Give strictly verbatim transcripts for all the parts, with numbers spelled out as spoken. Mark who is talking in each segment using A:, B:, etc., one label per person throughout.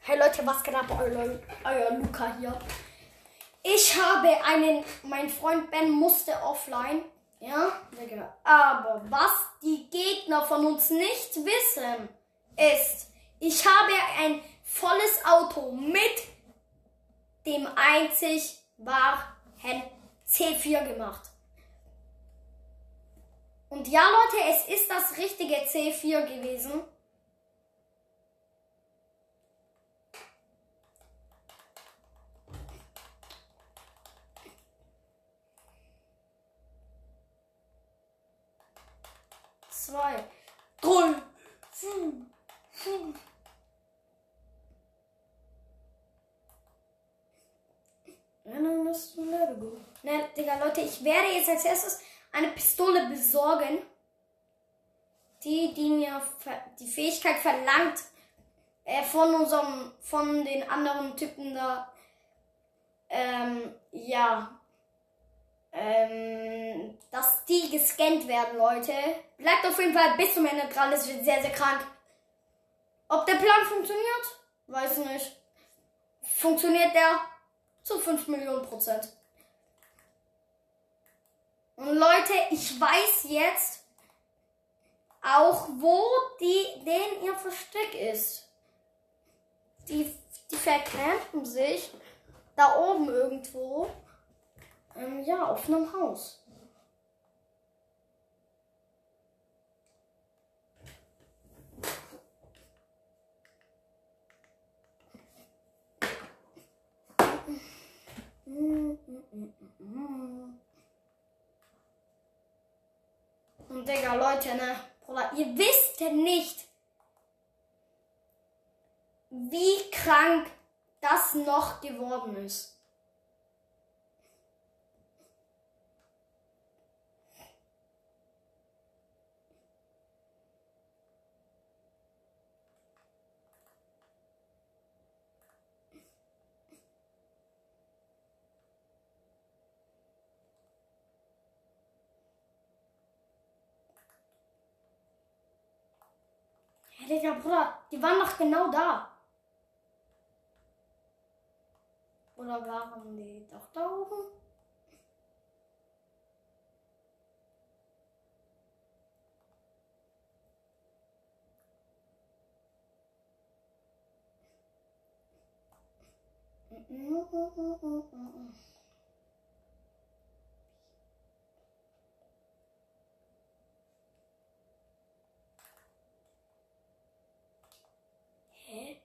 A: Hey Leute, was geht ab? Euer, euer Luca hier. Ich habe einen, mein Freund Ben musste offline, ja, aber was die Gegner von uns nicht wissen, ist, ich habe ein volles Auto mit dem einzig wahren C vier gemacht. Und ja Leute, es ist das richtige C vier gewesen. Zwei, drei, fünf, fünf. Ne, Digga, Leute, ich werde jetzt als erstes eine Pistole besorgen, die, die mir die Fähigkeit verlangt, äh, von unserem, von den anderen Typen da, ähm, ja, ähm, dass die gescannt werden, Leute. Bleibt auf jeden Fall bis zum Ende dran, es wird sehr, sehr krank. Ob der Plan funktioniert? Weiß nicht. Funktioniert der? Zu fünf Millionen Prozent. Und Leute, ich weiß jetzt auch, wo die, den ihr Versteck ist. Die, die vercampen sich da oben irgendwo. Ähm, ja, auf einem Haus. Und Digga, Leute, ne? Bruder, ihr wisst nicht, wie krank das noch geworden ist. Digga, Bruder, die waren doch genau da. Oder waren die doch da oben? Hä?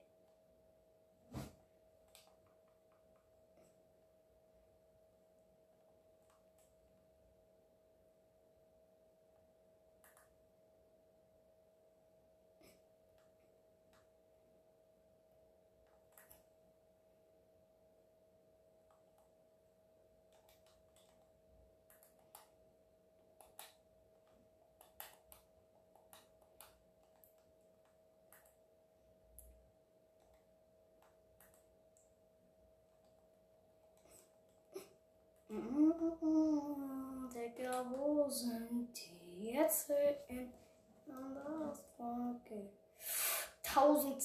A: Digga, wo sind die jetzt in das okay. tausend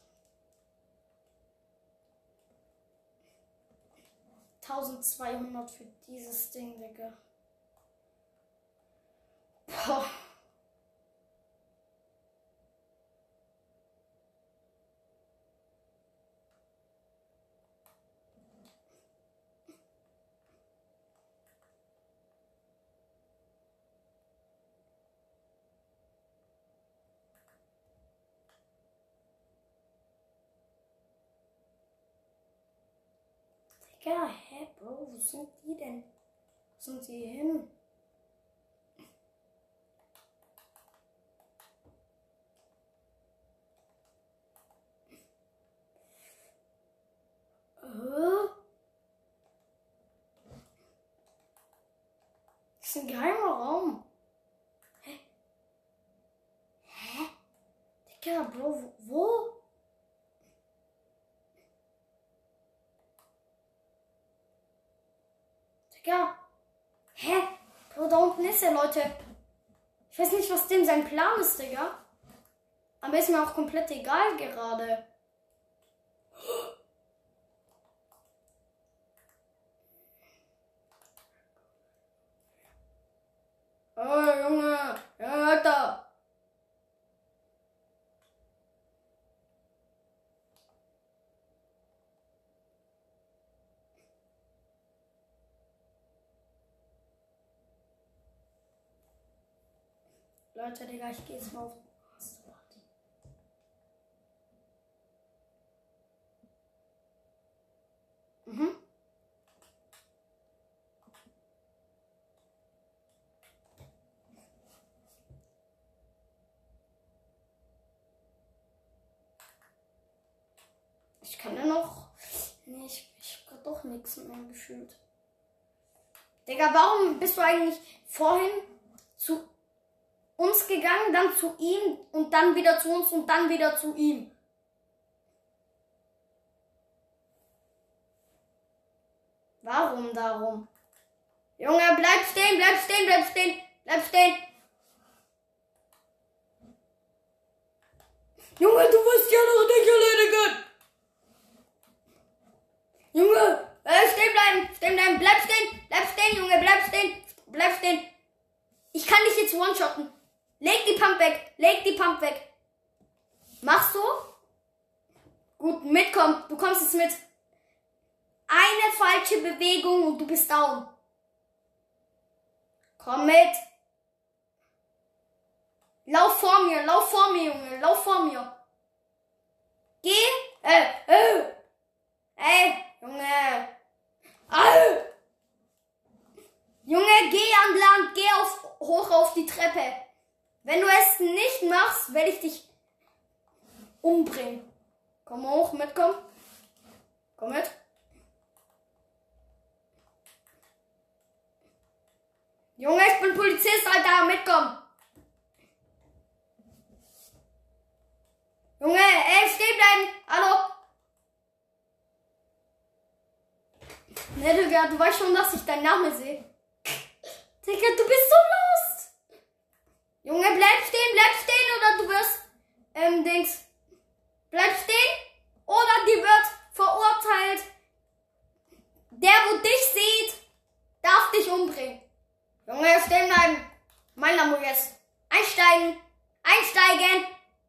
A: zwölfhundert für dieses Ding, Digga. Boah. Ja, hä, Bro, wo sind die denn? Wo sind sie hin? Äh? Das ist ein geheimer Raum. Hä? Hä? Digga, Bro, wo? Ja. Hä? Bro, da unten ist er, Leute. Ich weiß nicht, was dem sein Plan ist, Digga. Aber ist mir auch komplett egal gerade. Leute, Digga, ich gehe jetzt mal auf. Mhm. Ich kann ja noch. Nee, ich, ich hab doch nichts mehr gefühlt. Digga, warum bist du eigentlich vorhin zu uns gegangen, dann zu ihm und dann wieder zu uns und dann wieder zu ihm? Warum darum? Junge, bleib stehen, bleib stehen, bleib stehen, bleib stehen. Junge, du wirst ja noch nicht erledigen. Junge, äh, stehen bleiben, stehen bleiben, bleib stehen, bleib stehen, Junge, bleib stehen, bleib stehen. Ich kann dich jetzt one-shotten. Leg die Pump weg, leg die Pump weg. Machst du? Gut, mitkommen, du kommst jetzt mit. Eine falsche Bewegung und du bist down. Komm mit. Lauf vor mir, lauf vor mir, Junge, lauf vor mir. Geh, äh, äh, ey, Junge. Äh. Junge, geh an Land, geh auf, hoch auf die Treppe. Wenn du es nicht machst, werde ich dich umbringen. Komm hoch, mitkommen. Komm mit. Junge, ich bin Polizist, Alter, mitkommen. Junge, ey, stehen bleiben. Hallo. Ne, Digga, du weißt schon, dass ich deinen Namen sehe. Digga, du bist so lost. Junge, bleib stehen, bleib stehen oder du wirst, ähm, Dings. Bleib stehen oder die wird verurteilt. Der, wo dich sieht, darf dich umbringen. Junge, stehen bleiben. Mein Lambo jetzt. Einsteigen. Einsteigen.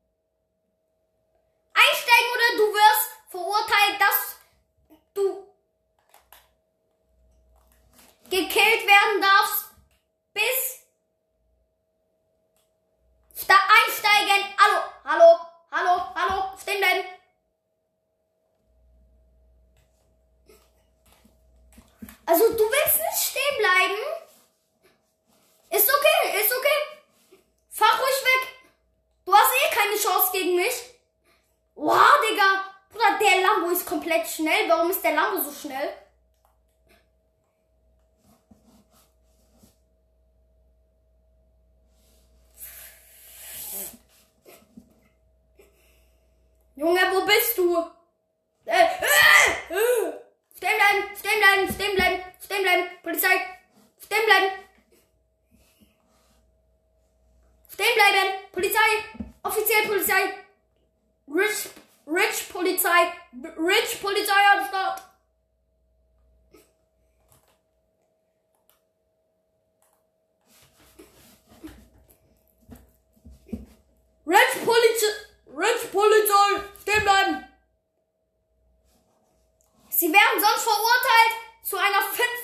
A: Einsteigen oder du wirst verurteilt, dass du gekillt werden darfst. Bis da einsteigen. Hallo, hallo, hallo, hallo. Stehen bleiben. Also du willst nicht stehen bleiben? Ist okay, ist okay. Fahr ruhig weg. Du hast eh keine Chance gegen mich. Wow, Digga. Bruder, der Lambo ist komplett schnell. Warum ist der Lambo so schnell? Junge, wo bist du? Äh, äh, äh. Stehen bleiben, stehen bleiben, stehen bleiben, stehen bleiben. Polizei, stehen bleiben. Stehen bleiben! Polizei! Offiziell Polizei! Rich, Rich Polizei! Rich Polizei am Start! Rich Polizei! Rich Polizei! Stehen bleiben! Sie werden sonst verurteilt zu einer fünf.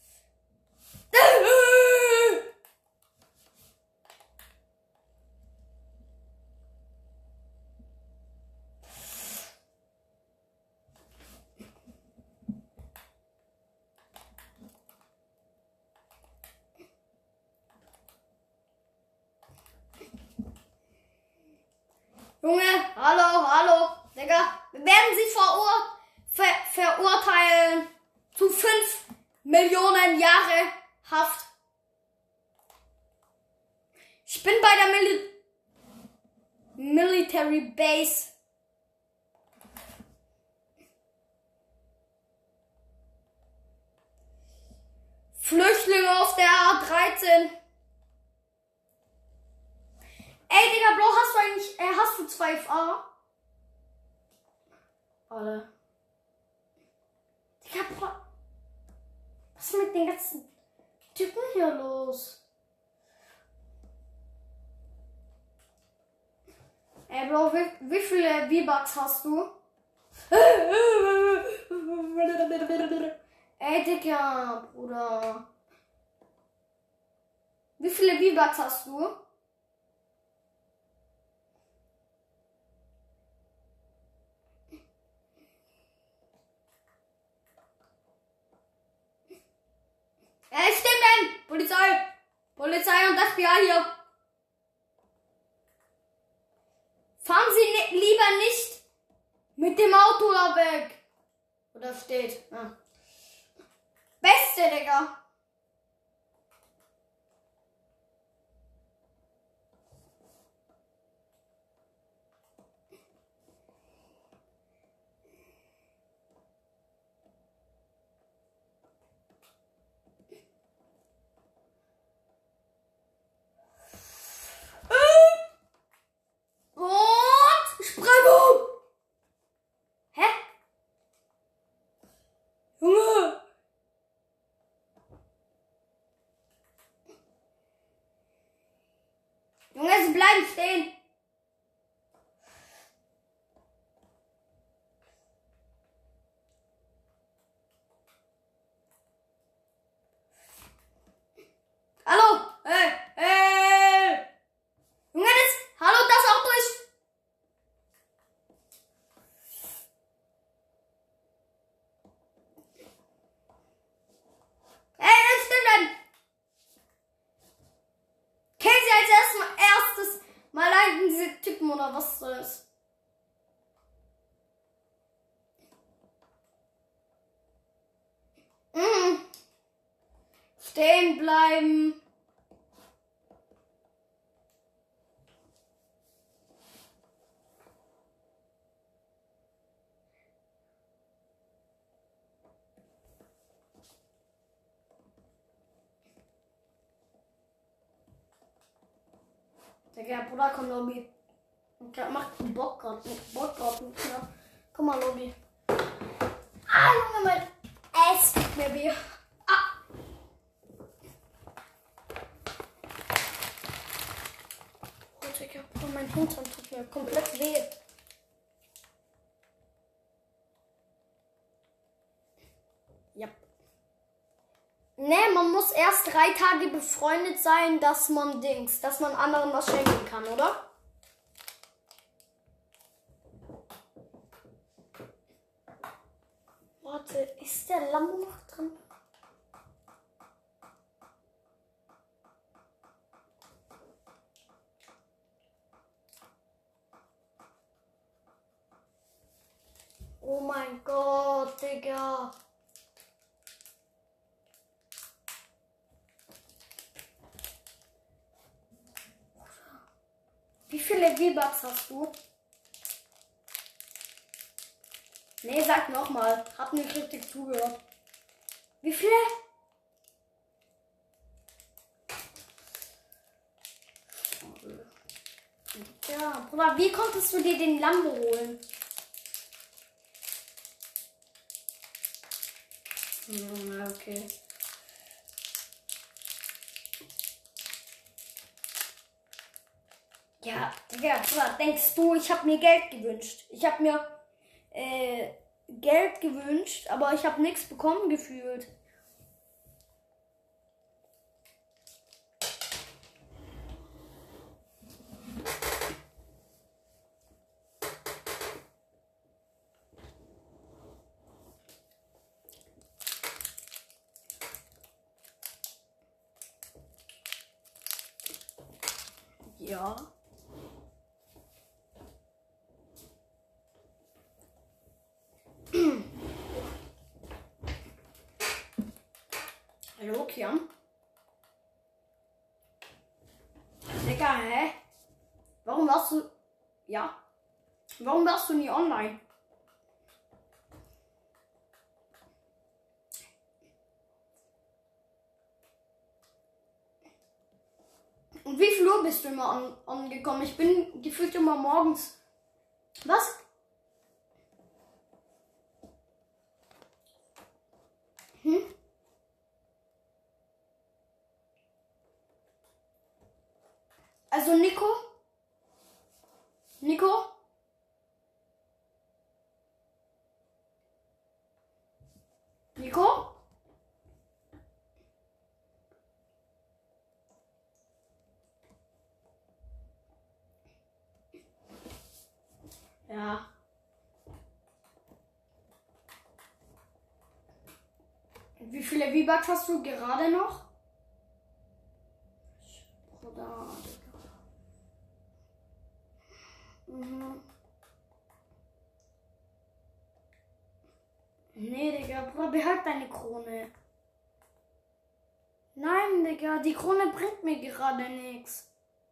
A: Junge, hallo, hallo, Digga. Wir werden sie verur ver verurteilen zu fünf Millionen Jahre Haft. Ich bin bei der Mil Military Base. Flüchtlinge auf der A dreizehn. Ey, Digga, Bro, hast du eigentlich, äh, hast du zwei F A? Alle. Digga, Bro, was ist mit den ganzen Typen hier los? Ey, Bro, wie, wie viele V-Bucks hast du? Ey, Digga, Bruder. Wie viele V-Bucks hast du? Verkehr hier. Fahren Sie ni- lieber nicht mit dem Auto da weg. Oder steht. Ja. Beste, Digga. Und Sprengung! Hä? Junge! Junge, sie bleiben stehen. Hallo! Hey! Hey! Junge, das... Hallo, das Auto ist... Hey, jetzt stimmt. Kennen Sie als erstes, erstes Mal einen diese Typen oder was soll das? Mhm. Stehen bleiben. Der Bruder, komm, Lobby. Der macht einen Bock gerade. Bock gerade nicht mehr. Komm mal, Lobby. Ah, Junge, mein Ass tut mir weh. Ah. Oh, Digga, oh, mein Hintern tut mir komplett weh. Ja. Ne, man muss erst drei Tage befreundet sein, dass man Dings, dass man anderen was schenken kann, oder? Warte, ist der Lambo noch drin? Oh mein Gott, Digga. Wie viele V-Bucks hast du? Nee, sag nochmal. Hab nicht richtig zugehört. Wie viele? Ja, Bruder, wie konntest du dir den Lambo holen? Hm, okay. Ja, Digga, Bruder, denkst du, ich habe mir Geld gewünscht? Ich habe mir äh, Geld gewünscht, aber ich habe nichts bekommen gefühlt. Ja. Hallo, Kian? Digga, hä? Warum warst du... Ja? Warum warst du nie online? Und wie viel Uhr bist du immer an, angekommen? Ich bin gefühlt immer morgens. Was? Hm? Also Nico? Nico? Nico? Ja. Wie viele V-Bucks hast du gerade noch? Nee, Digga, Bruder, behalt deine Krone. Nein, Digga, die Krone bringt mir gerade nichts.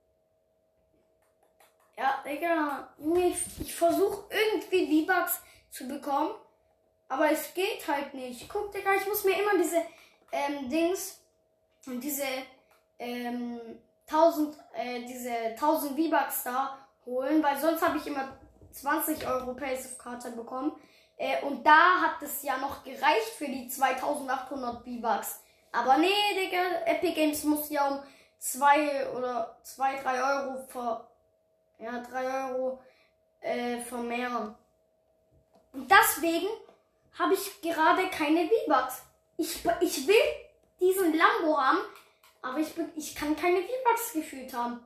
A: Ja, Digga, ich, ich versuche irgendwie V-Bucks zu bekommen, aber es geht halt nicht. Guck, Digga, ich muss mir immer diese ähm, Dings und diese ähm, tausend, äh, diese tausend V-Bucks da holen, weil sonst habe ich immer zwanzig Euro Paysafe-Karte bekommen. Äh, und da hat es ja noch gereicht für die zweitausendachthundert V-Bucks. Aber nee, Digga, Epic Games muss ja um zwei oder zwei, drei Euro ver, ja, drei Euro äh, vermehren. Und deswegen habe ich gerade keine V-Bucks. Ich, ich will diesen Lambo haben, aber ich, ich kann keine V-Bucks gefühlt haben.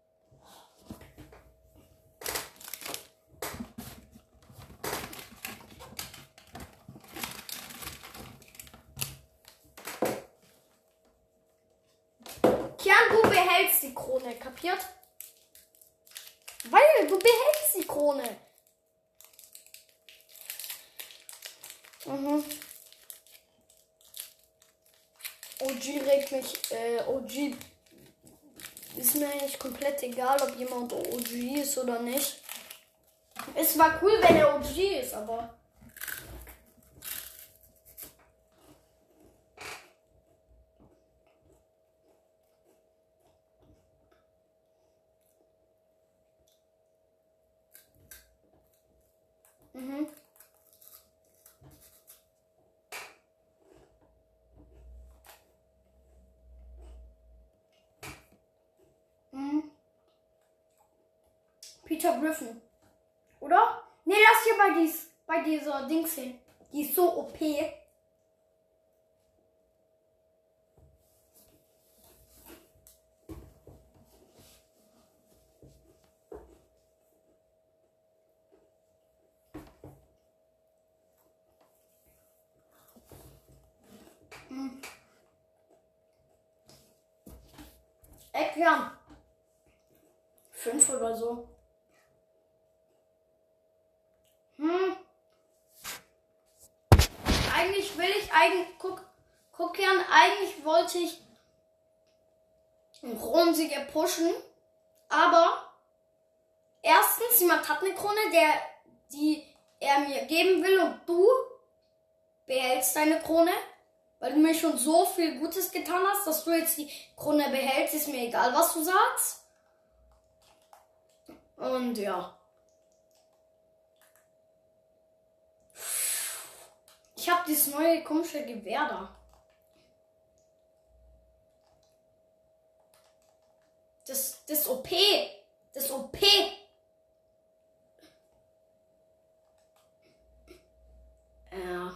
A: Kian, du behältst die Krone, kapiert? Weil du behältst die Krone. Mhm. O G regt mich, äh, O G ist mir eigentlich komplett egal, ob jemand O G ist oder nicht. Es war cool, wenn er O G ist, aber... Mhm. Mhm. Peter Griffin. Oder? Nee, lass hier bei, dies, bei dieser Dings hin. Die ist so O P. Mhm. Eckern. Fünf oder so. Hm. Eigentlich will ich eigentlich, guck, guck gern, eigentlich wollte ich einen Kronensieger pushen, aber erstens, jemand hat eine Krone, der, die er mir geben will und du behältst deine Krone, weil du mir schon so viel Gutes getan hast, dass du jetzt die Krone behältst, ist mir egal, was du sagst. Und ja. Ich habe dieses neue komische Gewehr da. Das, das O P. Das O P. Ja.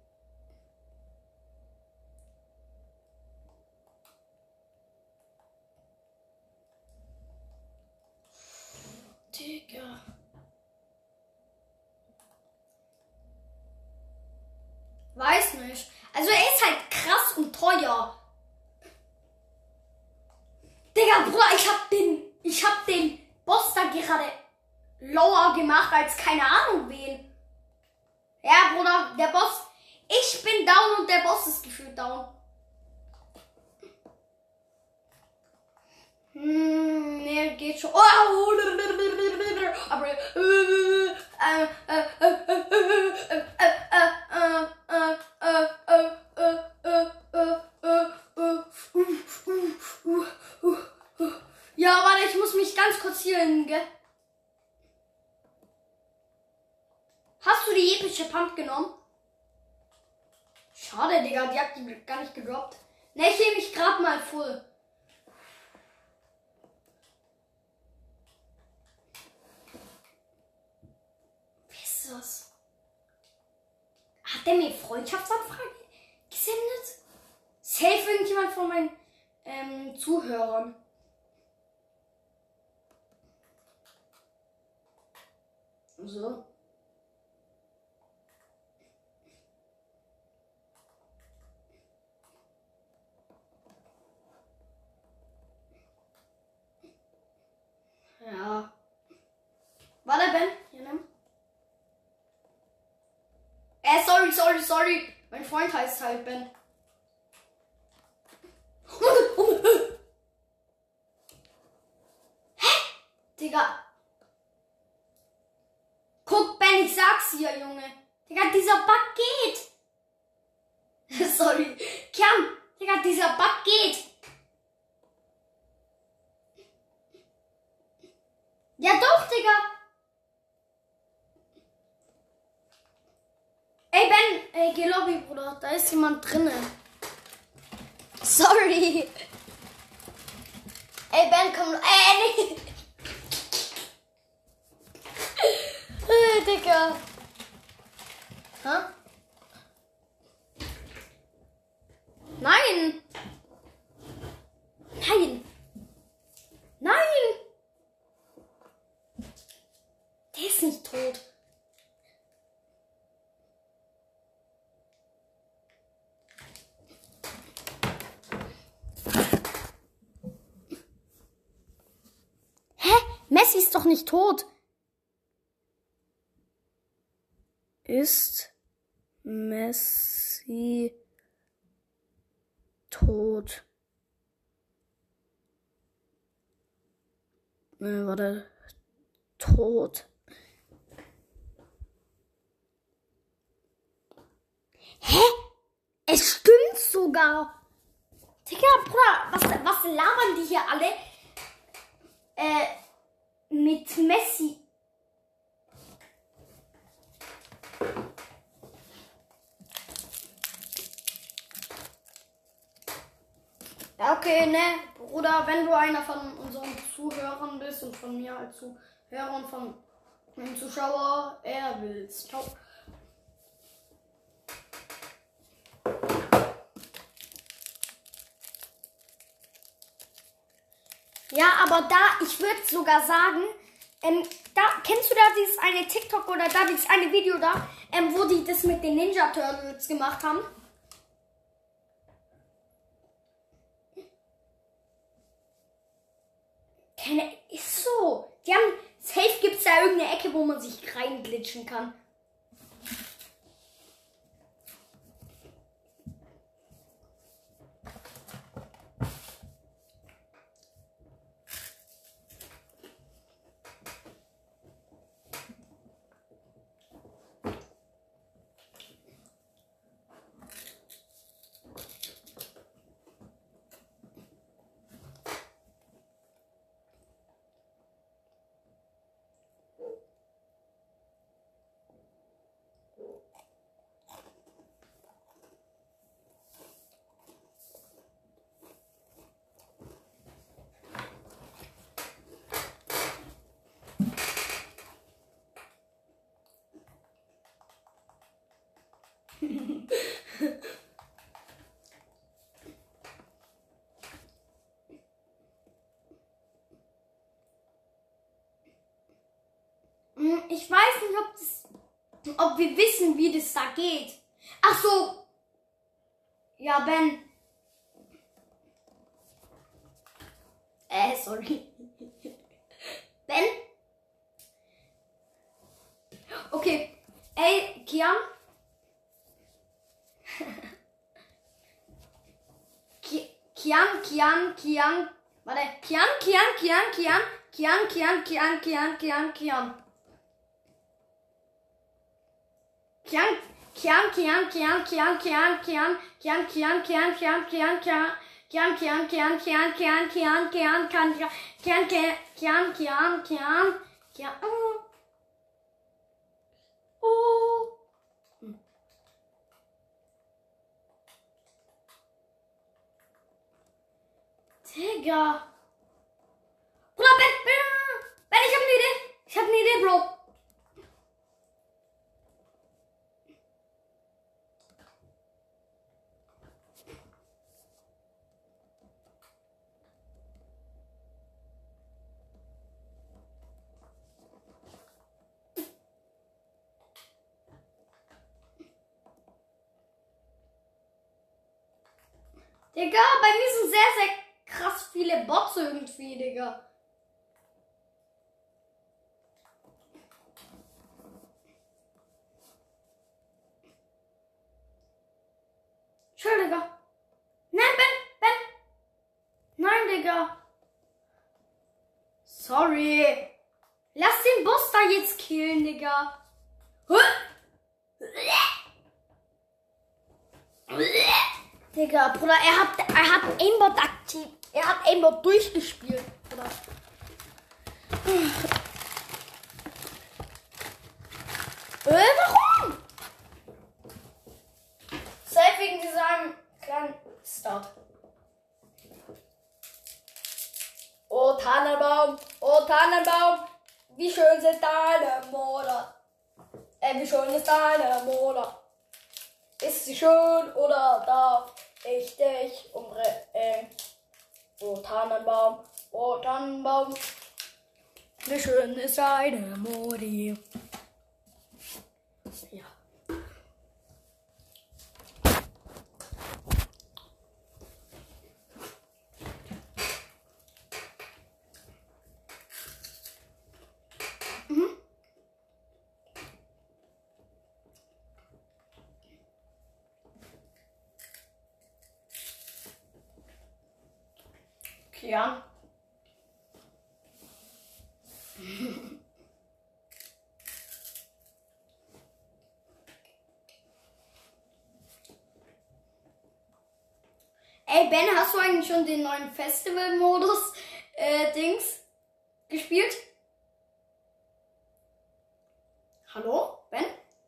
A: Digga. Weiß nicht. Also er ist halt krass und teuer. Digga, Bruder, ich hab den, ich hab den Boss da gerade lower gemacht als keine Ahnung wen. Ja, Bruder, der Boss, ich bin down und der Boss ist gefühlt down. Hm, nee, geht schon. Oh, aber ja, warte, ich muss mich ganz kurz hier hin, gell? Hast du die epische Pump genommen? Schade, Digga, die hat die gar nicht gedroppt. Ne, ich nehme mich gerade mal voll. Wer ist das? Hat der mir Freundschaftsanfrage gesendet? Safe irgendjemand von meinen ähm, Zuhörern. So. Ja. Warte, Ben. Hier nimm. Äh, sorry, sorry, sorry. Mein Freund heißt halt Ben. Hä? Digga. Guck, Ben, ich sag's dir, Junge. Digga, dieser Bug geht. Sorry. Kian, Digga, dieser Bug geht. Ja doch, Digga. Ey, Ben, ey, geh Lobby, Bruder. Da ist jemand drinnen. Sorry. Ey, Ben, komm. Ey, nee. Hey, Digga. Hä? Nein. Nein. Nein. Der ist nicht tot. Hä? Messi ist doch nicht tot. Ist Messi tot? Äh, warte. Tot. Hä? Es stimmt sogar. Digga, Bruder, was, was labern die hier alle? Äh, mit Messi. Ja, okay, ne, Bruder, wenn du einer von unseren Zuhörern bist und von mir als Zuhörer und von einem Zuschauer, er will's. Ciao. Ja, aber da, ich würde sogar sagen, ähm, da, kennst du da dieses eine TikTok oder da dieses eine Video da, ähm, wo die das mit den Ninja Turtles gemacht haben? Keine, ist so. Die haben, safe gibt's da irgendeine Ecke, wo man sich reinglitschen kann. Ich weiß nicht, ob, das, ob wir wissen, wie das da geht. Ach so. Ja, Ben. Äh, sorry. Ben? Okay. Ey, Kian? Kian, Kian, Kian. Warte. Kian, Kian, Kian, Kian. Kian, Kian, Kian, Kian, Kian, Kian. Kian, Kian, Kian, Kian, Kian, Kian, Kian, Kian, Kian, Kian, Kian, Kian, Kian. Kian, Kian, Kian, Kian, Kian, Kian, Kian, Kian, Kian, Kian, Kian, Kian, Kian, Kian, oh. Oh. Digga. Bruder, Ben, Ben, Ben, ich hab eine Idee. Ich hab eine Idee, Bro. Digga, bei mir sind sehr, sehr krass viele Bots irgendwie, Digga. Chill, Digga. Nein, Ben, Ben. Nein, Digga. Sorry. Lass den Boss da jetzt killen, Digga. Digga, Bruder, er hat, er hat Aimbot aktiv. Er hat Aimbot durchgespielt, Bruder. Äh, warum? Safe wegen diesem kleinen Start. Oh Tannenbaum, oh Tannenbaum, wie schön sind deine Moder. Äh, wie schön ist deine Moder. Ist sie schön oder darf ich dich umbringen? Oh Tannenbaum, oh Tannenbaum, wie schön ist deine Modi. Ja. Mhm. Ja. Ey, Ben, hast du eigentlich schon den neuen Festival-Modus äh, Dings gespielt? Hallo, Ben?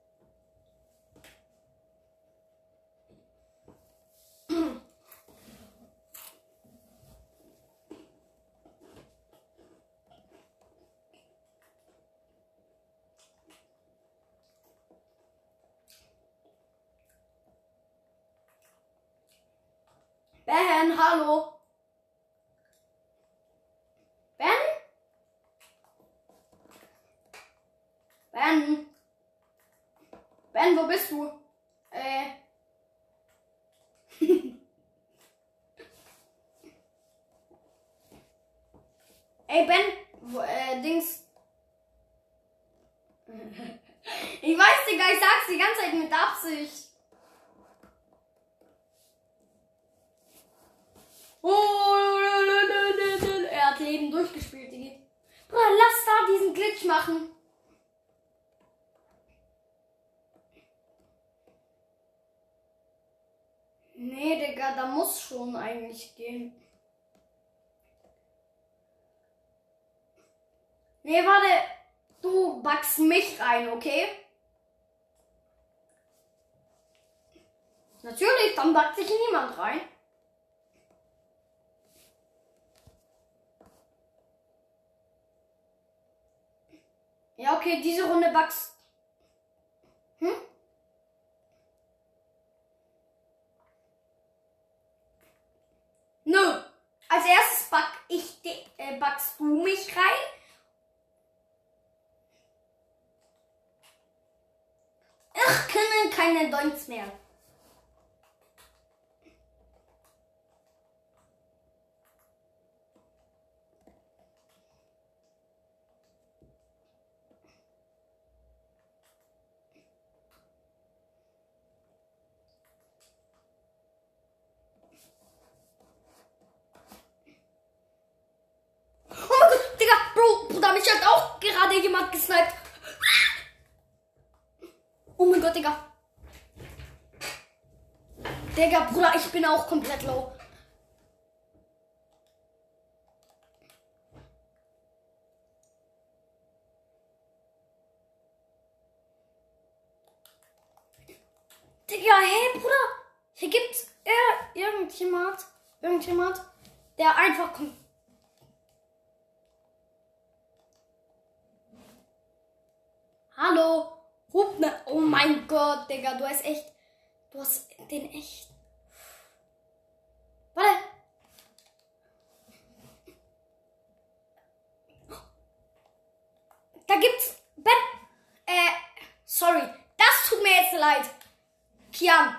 A: Ben, hallo. Ben? Ben? Ben, wo bist du? Äh. Ey, Ben, wo, äh, Dings. Ich weiß, Digga, ich sag's die ganze Zeit mit Absicht. Oh, er hat Leben durchgespielt, Digga. Bruder, lass da diesen Glitch machen. Nee, Digga, da muss schon eigentlich gehen. Nee, warte. Du backst mich rein, okay? Natürlich, dann backt sich niemand rein. Ja, okay, diese Runde backst. Hm? Nö. Als erstes back ich, äh, backst du mich rein. Ach, können keine Doinks mehr. Oh mein Gott, Digga, Bro, Bruder, mich hat auch gerade jemand gesniped. Oh mein Gott, Digga. Digga, Bruder, ich bin auch komplett low. Digga, hey, Bruder. Hier gibt's äh, irgendjemand, irgendjemand, der einfach kommt. Hallo. Hubner. Oh mein Gott, Digga, du hast echt, du hast den echt. Warte. Da gibt's Ben. Äh, sorry. Das tut mir jetzt leid. Kian.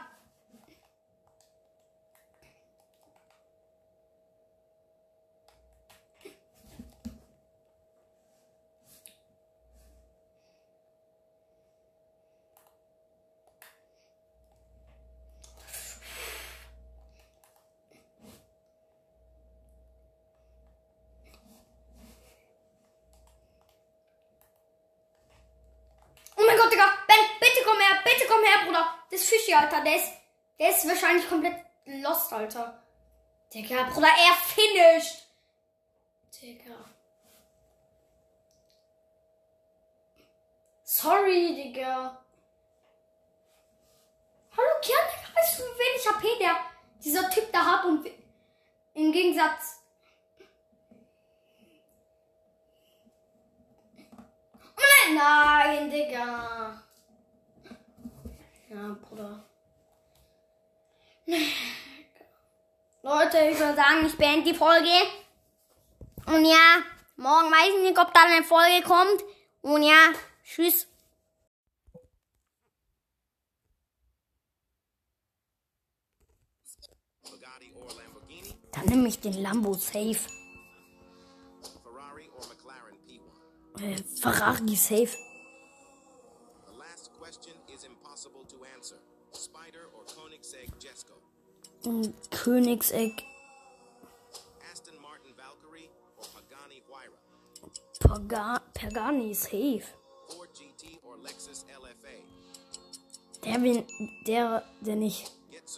A: Gott, Digga. Ben, bitte komm her. Bitte komm her, Bruder. Das Fischi, Alter. Der ist, der ist wahrscheinlich komplett lost, Alter. Digga, Bruder, er finisht. Digga. Sorry, Digga. Hallo, Kern, weißt du, wie wenig H P der, dieser Typ da hat und im Gegensatz... Nein, Digga. Ja, Bruder. Leute, ich würde sagen, ich beende die Folge. Und ja, morgen weiß ich nicht, ob da eine Folge kommt. Und ja, tschüss. Dann nehme ich den Lambo safe. Äh, Ferrari safe. Und Königsegg. Paga Pagani safe. Der will, der, der nicht.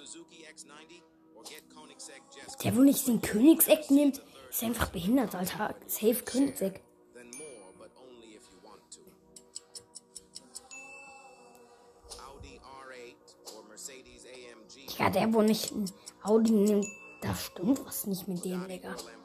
A: Der, wo nicht den Königsegg nimmt, ist einfach behindert, Alter. Safe Königsegg. Ja, der, wo nicht ein Audi nimmt, da stimmt was nicht mit dem, Digga.